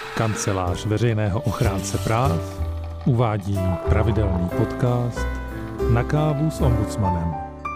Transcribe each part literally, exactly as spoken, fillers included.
Kancelář veřejného ochránce práv uvádí pravidelný podcast Na kávu s ombudsmanem.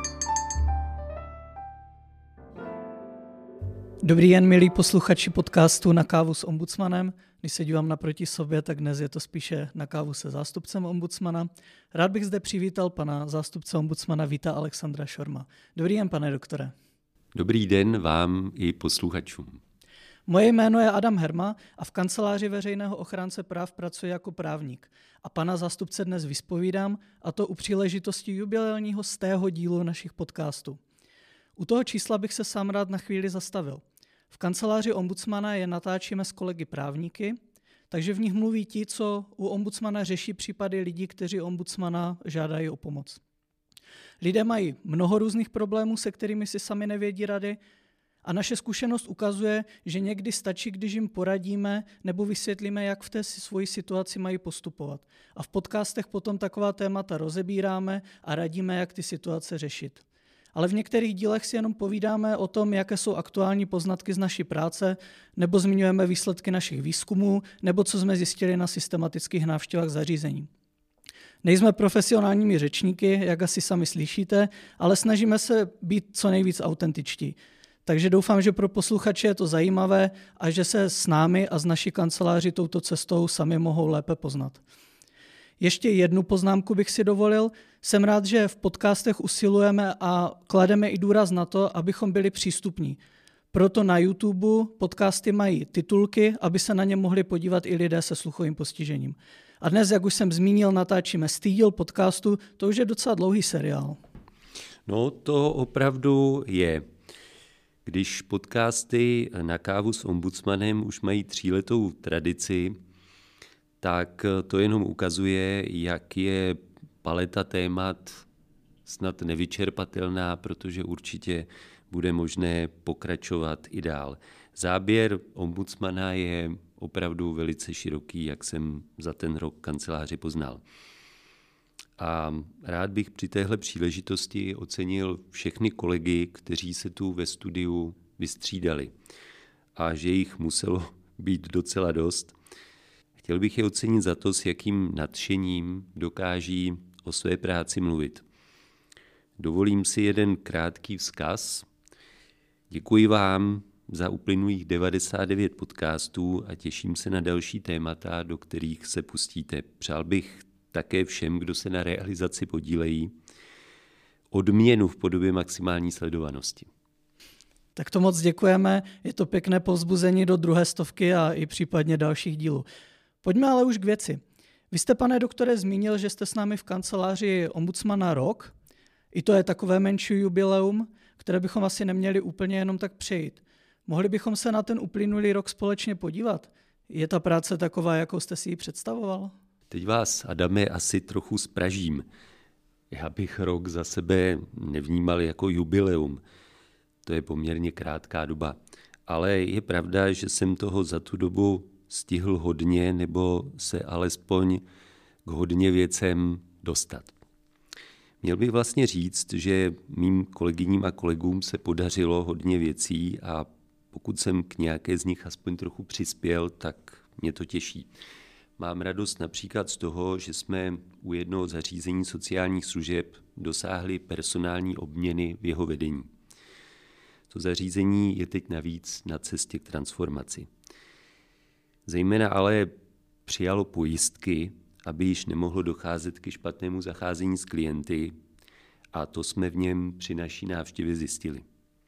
Dobrý den, milí posluchači podcastu Na kávu s ombudsmanem. Když se dívám naproti sobě, tak dnes je to spíše Na kávu se zástupcem ombudsmana. Rád bych zde přivítal pana zástupce ombudsmana Víta Alexandra Šorma. Dobrý den, pane doktore. Dobrý den vám i posluchačům. Moje jméno je Adam Herma a v kanceláři veřejného ochránce práv pracuji jako právník. A pana zástupce dnes vyspovídám, a to u příležitosti jubilejního stého dílu našich podcastů. U toho čísla bych se sám rád na chvíli zastavil. V kanceláři ombudsmana je natáčíme s kolegy právníky, takže v nich mluví ti, co u ombudsmana řeší případy lidí, kteří ombudsmana žádají o pomoc. Lidé mají mnoho různých problémů, se kterými si sami nevědí rady, a naše zkušenost ukazuje, že někdy stačí, když jim poradíme nebo vysvětlíme, jak v té svoji situaci mají postupovat. A v podcastech potom taková témata rozebíráme a radíme, jak ty situace řešit. Ale v některých dílech si jenom povídáme o tom, jaké jsou aktuální poznatky z naší práce, nebo zmiňujeme výsledky našich výzkumů, nebo co jsme zjistili na systematických návštěvách zařízení. Nejsme profesionálními řečníky, jak asi sami slyšíte, ale snažíme se být co nejvíc autentičtí. Takže doufám, že pro posluchače je to zajímavé a že se s námi a s naší kanceláří touto cestou sami mohou lépe poznat. Ještě jednu poznámku bych si dovolil. Jsem rád, že v podcastech usilujeme a klademe i důraz na to, abychom byli přístupní. Proto na YouTube podcasty mají titulky, aby se na ně mohli podívat i lidé se sluchovým postižením. A dnes, jak už jsem zmínil, natáčíme stý díl podcastu, to už je docela dlouhý seriál. No to opravdu je. Když podcasty Na kávu s ombudsmanem už mají tříletou tradici, tak to jenom ukazuje, jak je paleta témat snad nevyčerpatelná, protože určitě bude možné pokračovat i dál. Záběr ombudsmana je opravdu velice široký, jak jsem za ten rok kanceláři poznal. A rád bych při téhle příležitosti ocenil všechny kolegy, kteří se tu ve studiu vystřídali a že jich muselo být docela dost. Chtěl bych je ocenit za to, s jakým nadšením dokáží o své práci mluvit. Dovolím si jeden krátký vzkaz. Děkuji vám za uplynulých devadesát devět podcastů a těším se na další témata, do kterých se pustíte. Přál bych také všem, kdo se na realizaci podílejí, odměnu v podobě maximální sledovanosti. Tak to moc děkujeme, je to pěkné povzbuzení do druhé stovky a i případně dalších dílů. Pojďme ale už k věci. Vy jste, pane doktore, zmínil, že jste s námi v kanceláři ombudsmana rok. I to je takové menší jubileum, které bychom asi neměli úplně jenom tak přejít. Mohli bychom se na ten uplynulý rok společně podívat? Je ta práce taková, jakou jste si ji představoval? Teď vás, Adame, asi trochu zpražím. Já bych rok za sebe nevnímal jako jubileum. To je poměrně krátká doba. Ale je pravda, že jsem toho za tu dobu stihl hodně, nebo se alespoň k hodně věcem dostat. Měl bych vlastně říct, že mým kolegyním a kolegům se podařilo hodně věcí a pokud jsem k nějaké z nich aspoň trochu přispěl, tak mě to těší. Mám radost například z toho, že jsme u jednoho zařízení sociálních služeb dosáhli personální obměny v jeho vedení. To zařízení je teď navíc na cestě k transformaci. Zejména ale přijalo pojistky, aby již nemohlo docházet ke špatnému zacházení s klienty, a to jsme v něm při naší návštěvě zjistili.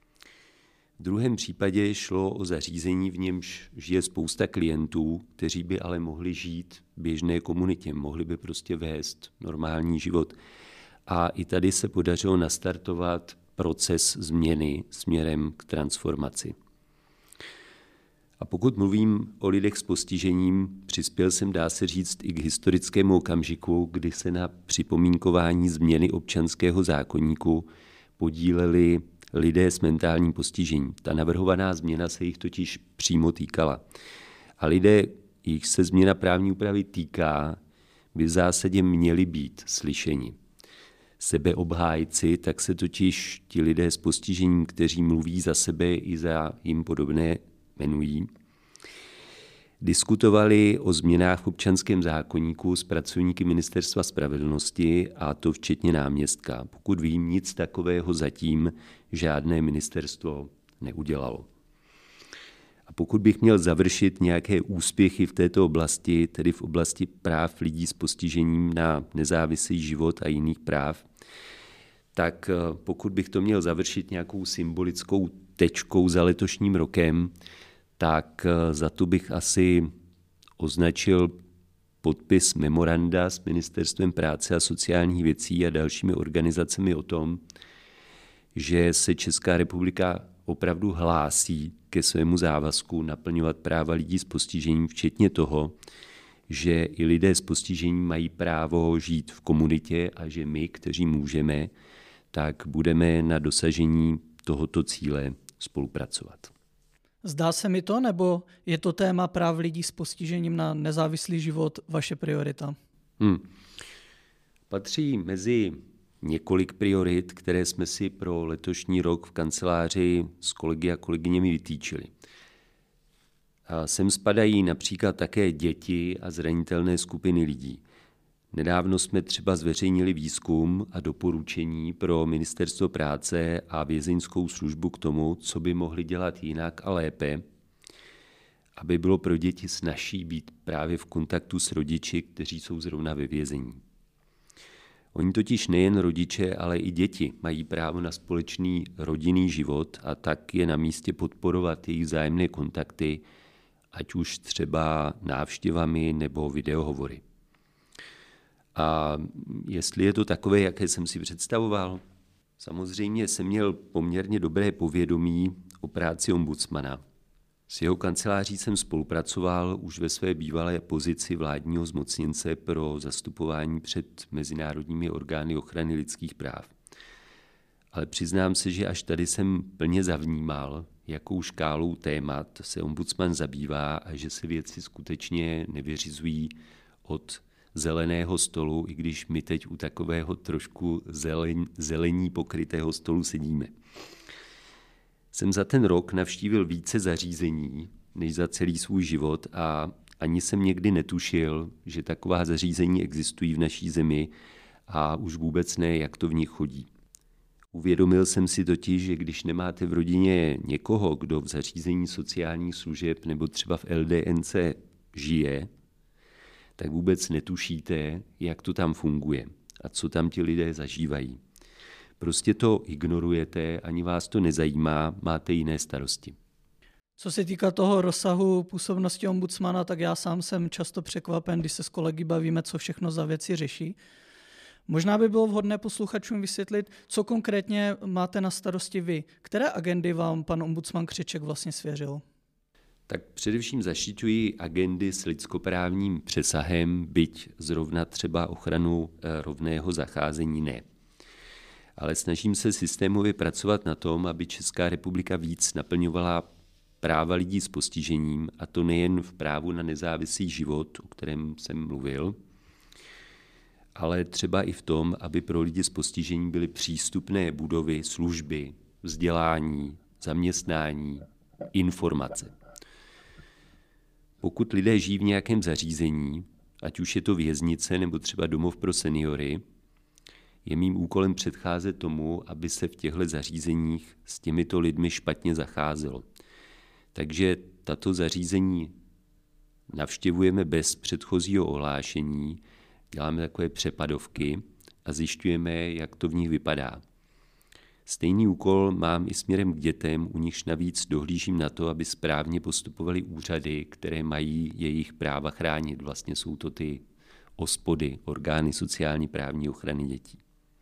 V druhém případě šlo o zařízení, v němž žije spousta klientů, kteří by ale mohli žít v běžné komunitě, mohli by prostě vést normální život. A i tady se podařilo nastartovat proces změny směrem k transformaci. A pokud mluvím o lidech s postižením, přispěl jsem, dá se říct, i k historickému okamžiku, kdy se na připomínkování změny občanského zákoníku podíleli lidé s mentálním postižením. Ta navrhovaná změna se jich totiž přímo týkala. A lidé, jich se změna právní úpravy týká, by v zásadě měli být slyšeni. Sebeobhájci, tak se totiž ti lidé s postižením, kteří mluví za sebe i za jim podobné, jmenují. Diskutovali o změnách v občanském zákoníku s pracovníky Ministerstva spravedlnosti, a to včetně náměstka. Pokud vím, nic takového zatím žádné ministerstvo neudělalo. A pokud bych měl završit nějaké úspěchy v této oblasti, tedy v oblasti práv lidí s postižením na nezávislý život a jiných práv, tak pokud bych to měl završit nějakou symbolickou tečkou za letošním rokem, tak za to bych asi označil podpis memoranda s Ministerstvem práce a sociálních věcí a dalšími organizacemi o tom, že se Česká republika opravdu hlásí ke svému závazku naplňovat práva lidí s postižením, včetně toho, že i lidé s postižením mají právo žít v komunitě a že my, kteří můžeme, tak budeme na dosažení tohoto cíle spolupracovat. Zdá se mi to, nebo je to téma práv lidí s postižením na nezávislý život vaše priorita? Hmm. Patří mezi několik priorit, které jsme si pro letošní rok v kanceláři s kolegy a kolegyněmi vytýčili. A sem spadají například také děti a zranitelné skupiny lidí. Nedávno jsme třeba zveřejnili výzkum a doporučení pro Ministerstvo práce a vězeňskou službu k tomu, co by mohli dělat jinak a lépe, aby bylo pro děti snazší být právě v kontaktu s rodiči, kteří jsou zrovna ve vězení. Oni totiž nejen rodiče, ale i děti mají právo na společný rodinný život a tak je na místě podporovat jejich vzájemné kontakty, ať už třeba návštěvami nebo videohovory. A jestli je to takové, jaké jsem si představoval, samozřejmě jsem měl poměrně dobré povědomí o práci ombudsmana. S jeho kanceláří jsem spolupracoval už ve své bývalé pozici vládního zmocněnce pro zastupování před mezinárodními orgány ochrany lidských práv. Ale přiznám se, že až tady jsem plně zavnímal, jakou škálou témat se ombudsman zabývá a že se věci skutečně nevyřizují od zeleného stolu, i když my teď u takového trošku zelen, zelení pokrytého stolu sedíme. Jsem za ten rok navštívil více zařízení než za celý svůj život a ani jsem někdy netušil, že taková zařízení existují v naší zemi a už vůbec ne, jak to v nich chodí. Uvědomil jsem si totiž, že když nemáte v rodině někoho, kdo v zařízení sociálních služeb nebo třeba v L D N C žije, tak vůbec netušíte, jak to tam funguje a co tam ti lidé zažívají. Prostě to ignorujete, ani vás to nezajímá, máte jiné starosti. Co se týká toho rozsahu působnosti ombudsmana, tak já sám jsem často překvapen, když se s kolegy bavíme, co všechno za věci řeší. Možná by bylo vhodné posluchačům vysvětlit, co konkrétně máte na starosti vy. Které agendy vám pan ombudsman Křeček vlastně svěřil? Tak především zaštiťuji agendy s lidskoprávním přesahem, byť zrovna třeba ochranu rovného zacházení ne. Ale snažím se systémově pracovat na tom, aby Česká republika víc naplňovala práva lidí s postižením, a to nejen v právu na nezávislý život, o kterém jsem mluvil, ale třeba i v tom, aby pro lidi s postižením byly přístupné budovy, služby, vzdělání, zaměstnání, informace. Pokud lidé žijí v nějakém zařízení, ať už je to věznice nebo třeba domov pro seniory, je mým úkolem předcházet tomu, aby se v těchto zařízeních s těmito lidmi špatně zacházelo. Takže tato zařízení navštěvujeme bez předchozího ohlášení, děláme takové přepadovky a zjišťujeme, jak to v nich vypadá. Stejný úkol mám i směrem k dětem, u nichž navíc dohlížím na to, aby správně postupovaly úřady, které mají jejich práva chránit. Vlastně jsou to ty OSPODy, orgány sociální právní ochrany dětí.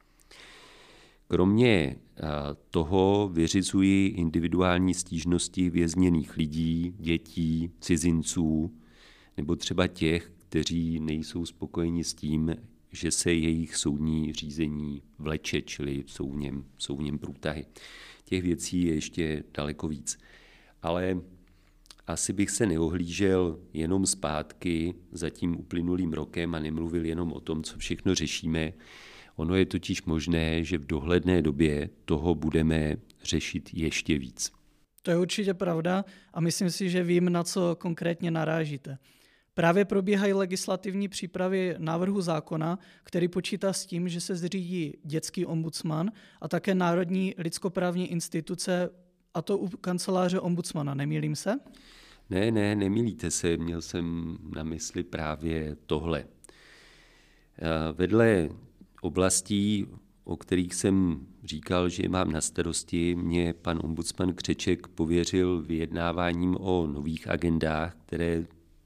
Kromě toho vyřizuji individuální stížnosti vězněných lidí, dětí, cizinců, nebo třeba těch, kteří nejsou spokojeni s tím, že se jejich soudní řízení vleče, čili jsou v něm, jsou v něm průtahy. Těch věcí je ještě daleko víc. Ale asi bych se neohlížel jenom zpátky za tím uplynulým rokem a nemluvil jenom o tom, co všechno řešíme. Ono je totiž možné, že v dohledné době toho budeme řešit ještě víc. To je určitě pravda a myslím si, že vím, na co konkrétně narážíte. Právě probíhají legislativní přípravy návrhu zákona, který počítá s tím, že se zřídí dětský ombudsman a také Národní lidskoprávní instituce, a to u kanceláře ombudsmana. Nemýlím se? Ne, ne, nemýlíte se. Měl jsem na mysli právě tohle. Vedle oblastí, o kterých jsem říkal, že mám na starosti, mě pan ombudsman Křeček pověřil vyjednáváním o nových agendách, které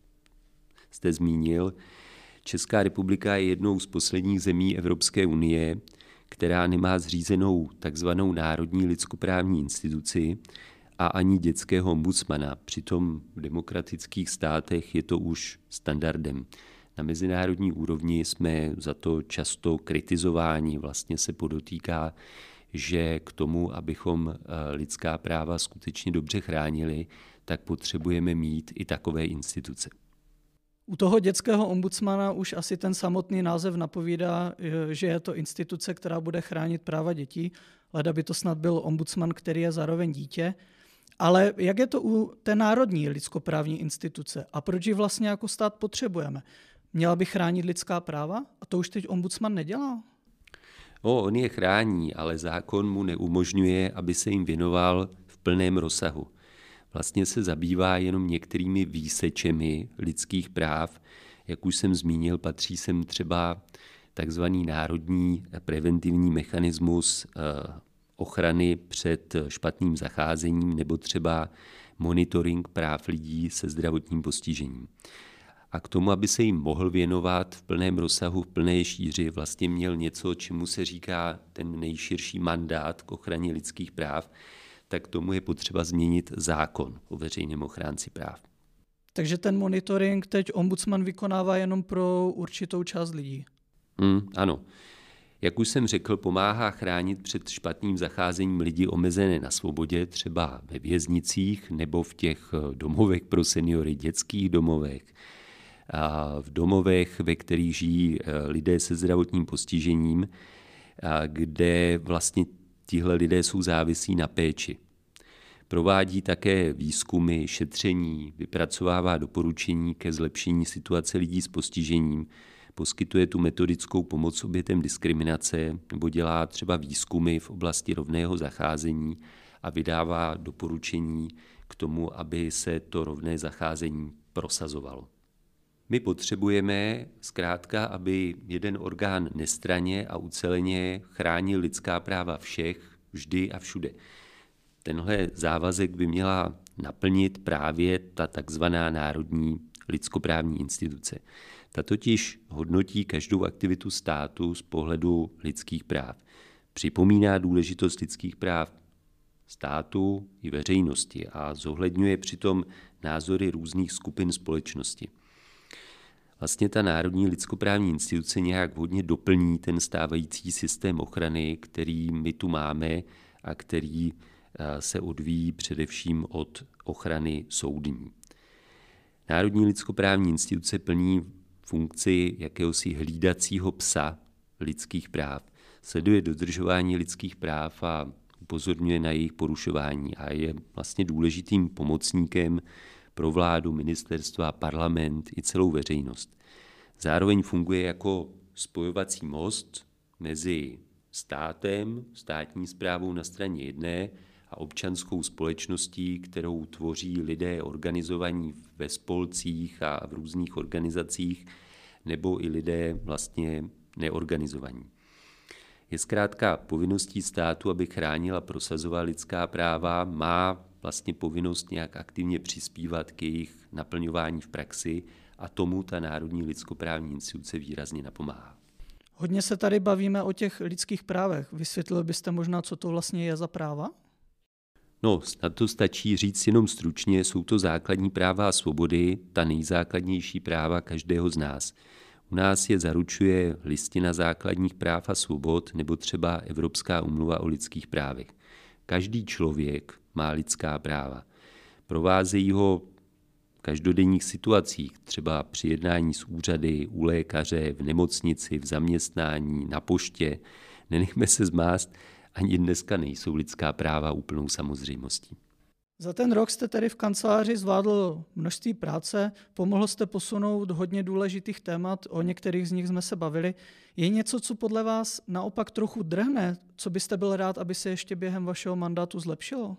jste zmínil. Česká republika je jednou z posledních zemí Evropské unie, která nemá zřízenou takzvanou Národní lidskoprávní instituci a ani dětského ombudsmana. Přitom v demokratických státech je to už standardem. Na mezinárodní úrovni jsme za to často kritizováni. Vlastně se podotýká, že k tomu, abychom lidská práva skutečně dobře chránili, tak potřebujeme mít i takové instituce. U toho dětského ombudsmana už asi ten samotný název napovídá, že je to instituce, která bude chránit práva dětí, leda by to snad byl ombudsman, který je zároveň dítě. Ale jak je to u té Národní lidskoprávní instituce a proč ji vlastně jako stát potřebujeme? Měla by chránit lidská práva? A to už teď ombudsman nedělá? O, on je chrání, ale zákon mu neumožňuje, aby se jim věnoval v plném rozsahu. Vlastně se zabývá jenom některými výsečemi lidských práv. Jak už jsem zmínil, patří sem třeba takzvaný národní preventivní mechanismus ochrany před špatným zacházením nebo třeba monitoring práv lidí se zdravotním postižením. A k tomu, aby se jim mohl věnovat v plném rozsahu, v plné šíři, vlastně měl něco, čemu se říká ten nejširší mandát k ochraně lidských práv, tak tomu je potřeba změnit zákon o veřejném ochránci práv. Takže ten monitoring teď ombudsman vykonává jenom pro určitou část lidí? Mm, ano. Jak už jsem řekl, pomáhá chránit před špatným zacházením lidi omezené na svobodě, třeba ve věznicích nebo v těch domovech pro seniory, dětských domovech, a v domovech, ve kterých žijí lidé se zdravotním postižením, a kde vlastně tihle lidé jsou závisí na péči. Provádí také výzkumy, šetření, vypracovává doporučení ke zlepšení situace lidí s postižením, poskytuje tu metodickou pomoc obětem diskriminace nebo dělá třeba výzkumy v oblasti rovného zacházení a vydává doporučení k tomu, aby se to rovné zacházení prosazovalo. My potřebujeme zkrátka, aby jeden orgán nestranně a uceleně chránil lidská práva všech, vždy a všude. Tenhle závazek by měla naplnit právě ta takzvaná Národní lidskoprávní instituce. Ta totiž hodnotí každou aktivitu státu z pohledu lidských práv. Připomíná důležitost lidských práv státu i veřejnosti a zohledňuje přitom názory různých skupin společnosti. Vlastně ta Národní lidskoprávní instituce nějak vhodně doplní ten stávající systém ochrany, který my tu máme a který se odvíjí především od ochrany soudní. Národní lidskoprávní instituce plní funkci jakéhosi hlídacího psa lidských práv. Sleduje dodržování lidských práv a upozorňuje na jejich porušování a je vlastně důležitým pomocníkem pro vládu, ministerstva, parlament i celou veřejnost. Zároveň funguje jako spojovací most mezi státem, státní správou na straně jedné a občanskou společností, kterou tvoří lidé organizovaní ve spolcích a v různých organizacích, nebo i lidé vlastně neorganizovaní. Je zkrátka povinností státu, aby chránil a prosazoval lidská práva, má vlastně povinnost nějak aktivně přispívat k jejich naplňování v praxi a tomu ta Národní lidskoprávní instituce výrazně napomáhá. Hodně se tady bavíme o těch lidských právech. Vysvětlil byste možná, co to vlastně je za práva? No, snad to stačí říct jenom stručně, jsou to základní práva a svobody, ta nejzákladnější práva každého z nás. U nás je zaručuje Listina základních práv a svobod nebo třeba Evropská úmluva o lidských právech. Každý člověk má lidská práva. Provázejí ho v každodenních situacích, třeba při jednání s úřady, u lékaře, v nemocnici, v zaměstnání, na poště. Nenechme se zmást, ani dneska nejsou lidská práva úplnou samozřejmostí. Za ten rok jste tedy v kanceláři zvládl množství práce, pomohl jste posunout hodně důležitých témat, o některých z nich jsme se bavili. Je něco, co podle vás naopak trochu drhne, co byste byl rád, aby se ještě během vašeho mandátu zlepšilo?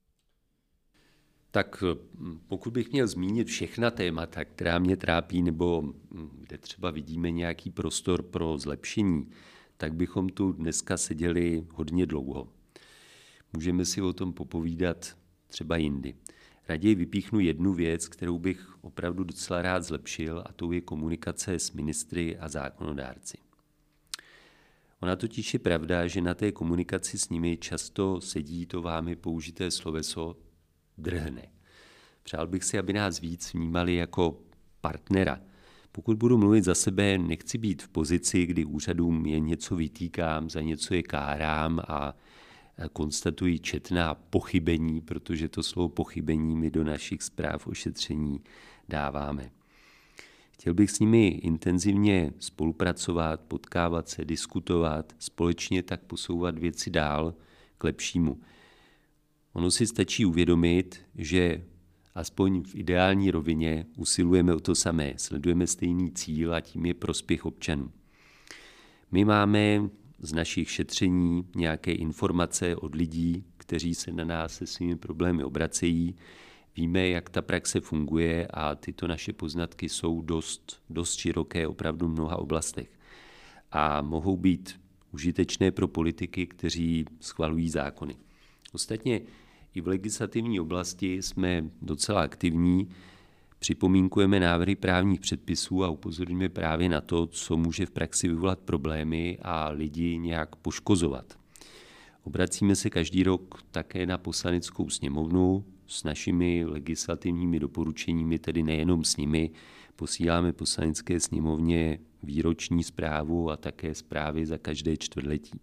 Tak pokud bych měl zmínit všechna témata, která mě trápí, nebo kde třeba vidíme nějaký prostor pro zlepšení, tak bychom tu dneska seděli hodně dlouho. Můžeme si o tom popovídat třeba jindy. Raději vypíchnu jednu věc, kterou bych opravdu docela rád zlepšil, a to je komunikace s ministry a zákonodárci. Ona totiž je pravda, že na té komunikaci s nimi často sedí to vámi použité sloveso drhne. Přál bych si, aby nás víc vnímali jako partnera. Pokud budu mluvit za sebe, nechci být v pozici, kdy úřadům jen něco vytýkám, za něco je kárám a konstatují četná pochybení, protože to slovo pochybení my do našich zpráv o šetření dáváme. Chtěl bych s nimi intenzivně spolupracovat, potkávat se, diskutovat, společně tak posouvat věci dál k lepšímu. Ono si stačí uvědomit, že aspoň v ideální rovině usilujeme o to samé, sledujeme stejný cíl a tím je prospěch občanů. My máme z našich šetření nějaké informace od lidí, kteří se na nás se svými problémy obracejí. Víme, jak ta praxe funguje a tyto naše poznatky jsou dost, dost široké opravdu v mnoha oblastech. A mohou být užitečné pro politiky, kteří schvalují zákony. Ostatně i v legislativní oblasti jsme docela aktivní, připomínkujeme návrhy právních předpisů a upozorňujeme právě na to, co může v praxi vyvolat problémy a lidi nějak poškozovat. Obracíme se každý rok také na Poslaneckou sněmovnu s našimi legislativními doporučeními, tedy nejenom s nimi. Posíláme Poslanecké sněmovně výroční zprávu a také zprávy za každé čtvrtletí.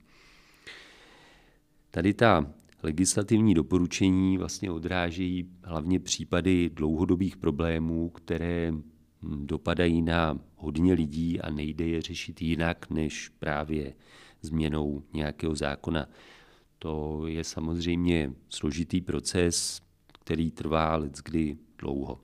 Tady ta legislativní doporučení vlastně odrážejí hlavně případy dlouhodobých problémů, které dopadají na hodně lidí a nejde je řešit jinak než právě změnou nějakého zákona. To je samozřejmě složitý proces, který trvá leckdy dlouho.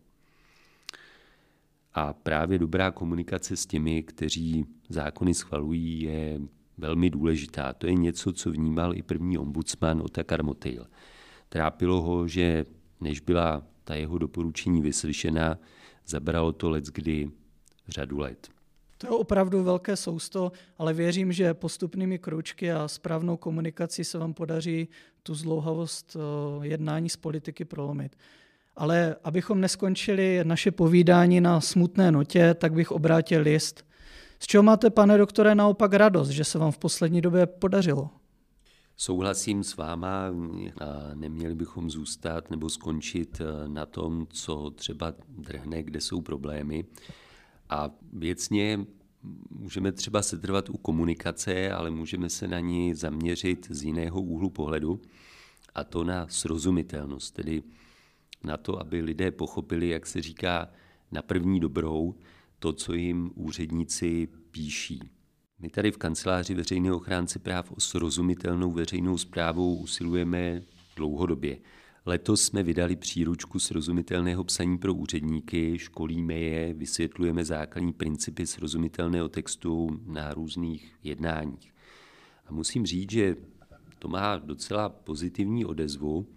A právě dobrá komunikace s těmi, kteří zákony schvalují, je velmi důležitá. To je něco, co vnímal i první ombudsman Otakar Motejl. Trápilo ho, že než byla ta jeho doporučení vyslyšena, zabralo to leckdy řadu let. To je opravdu velké sousto, ale věřím, že postupnými kroučky a správnou komunikací se vám podaří tu zdlouhavost jednání z politiky prolomit. Ale abychom neskončili naše povídání na smutné notě, tak bych obrátil list. Z čeho máte, pane doktore, naopak radost, že se vám v poslední době podařilo? Souhlasím s váma, a neměli bychom zůstat nebo skončit na tom, co třeba drhne, kde jsou problémy. A věcně můžeme třeba setrvat u komunikace, ale můžeme se na ní zaměřit z jiného úhlu pohledu, a to na srozumitelnost, tedy na to, aby lidé pochopili, jak se říká, na první dobrou, to, co jim úředníci píší. My tady v kanceláři veřejného ochránce práv o srozumitelnou veřejnou správou usilujeme dlouhodobě. Letos jsme vydali příručku srozumitelného psaní pro úředníky, školíme je, vysvětlujeme základní principy srozumitelného textu na různých jednáních. A musím říct, že to má docela pozitivní odezvu,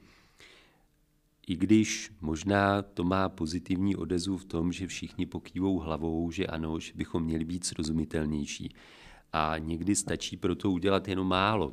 i když možná to má pozitivní odezvu v tom, že všichni pokývou hlavou, že ano, že bychom měli být srozumitelnější. A někdy stačí pro to udělat jenom málo.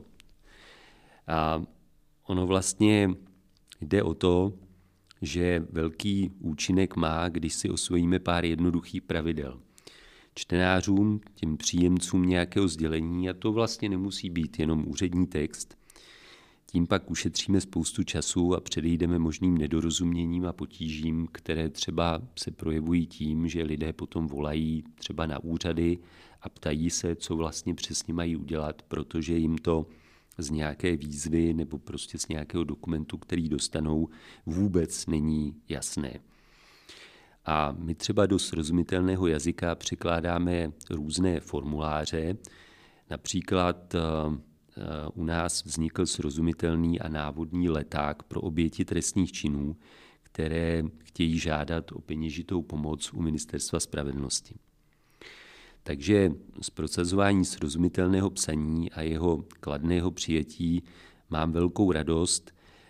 A ono vlastně jde o to, že velký účinek má, když si osvojíme pár jednoduchých pravidel. Čtenářům, těm příjemcům nějakého sdělení, a to vlastně nemusí být jenom úřední text, tím pak ušetříme spoustu času a předejdeme možným nedorozuměním a potížím, které třeba se projevují tím, že lidé potom volají třeba na úřady a ptají se, co vlastně přesně mají udělat, protože jim to z nějaké výzvy nebo prostě z nějakého dokumentu, který dostanou, vůbec není jasné. A my třeba do srozumitelného jazyka překládáme různé formuláře, například u nás vznikl srozumitelný a návodný leták pro oběti trestných činů, které chtějí žádat o peněžitou pomoc u Ministerstva spravedlnosti. Takže z procesování srozumitelného psaní a jeho kladného přijetí mám velkou radost.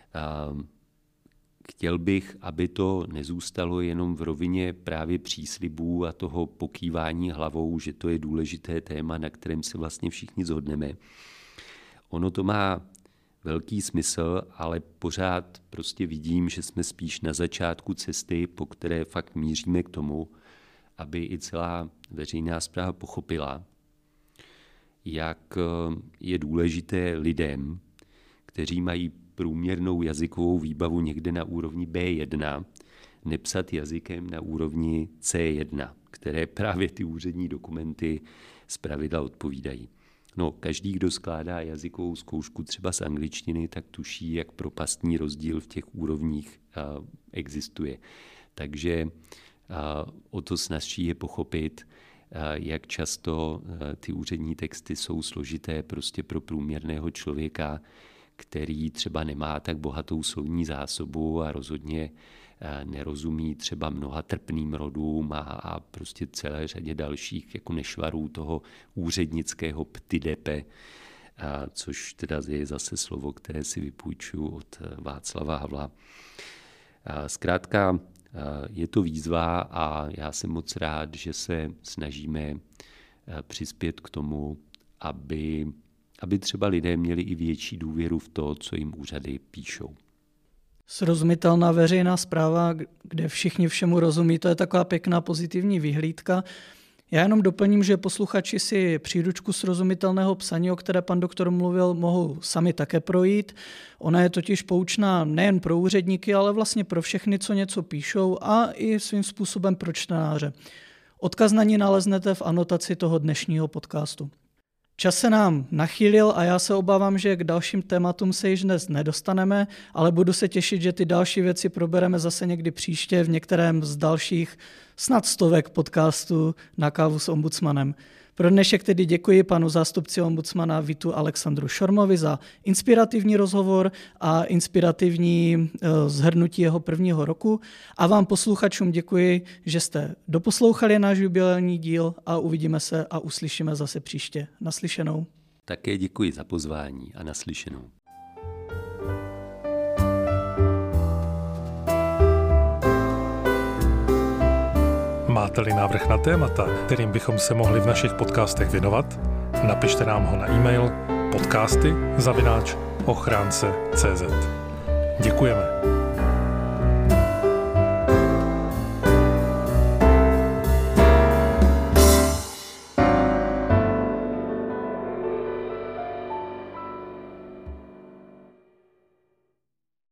Chtěl bych, aby to nezůstalo jenom v rovině právě příslibů a toho pokývání hlavou, že to je důležité téma, na kterém se vlastně všichni shodneme. Ono to má velký smysl, ale pořád prostě vidím, že jsme spíš na začátku cesty, po které fakt míříme k tomu, aby i celá veřejná správa pochopila, jak je důležité lidem, kteří mají průměrnou jazykovou výbavu někde na úrovni bé jedna, nepsat jazykem na úrovni cé jedna, které právě ty úřední dokumenty zpravidla odpovídají. No, každý, kdo skládá jazykovou zkoušku třeba z angličtiny, tak tuší, jak propastní rozdíl v těch úrovních a, existuje. Takže a, o to snazší je pochopit, a, jak často a, ty úřední texty jsou složité prostě pro průměrného člověka, který třeba nemá tak bohatou slovní zásobu a rozhodně nerozumí třeba mnoha trpným rodům a, a prostě celé řadě dalších jako nešvarů toho úřednického ptydepe, a což teda je zase slovo, které si vypůjčuji od Václava Havla. A zkrátka je to výzva a já jsem moc rád, že se snažíme přispět k tomu, aby aby třeba lidé měli i větší důvěru v to, co jim úřady píšou. Srozumitelná veřejná správa, kde všichni všemu rozumí, to je taková pěkná pozitivní vyhlídka. Já jenom doplním, že posluchači si příručku srozumitelného psaní, o které pan doktor mluvil, mohou sami také projít. Ona je totiž poučná nejen pro úředníky, ale vlastně pro všechny, co něco píšou a i svým způsobem pro čtenáře. Odkaz na ní naleznete v anotaci toho dnešního podcastu. Čas se nám nachýlil a já se obávám, že k dalším tématům se již dnes nedostaneme, ale budu se těšit, že ty další věci probereme zase někdy příště v některém z dalších snad stovek podcastů Na kávu s ombudsmanem. Pro dnešek tedy děkuji panu zástupci ombudsmana Vítu Alexandru Šormovi za inspirativní rozhovor a inspirativní shrnutí jeho prvního roku a vám posluchačům děkuji, že jste doposlouchali náš jubilejní díl a uvidíme se a uslyšíme zase příště. Naslyšenou. Také děkuji za pozvání a naslyšenou. Máte-li návrh na témata, kterým bychom se mohli v našich podcastech věnovat, napište nám ho na e-mail podcasty zavináč ochránce tečka cé zet. Děkujeme.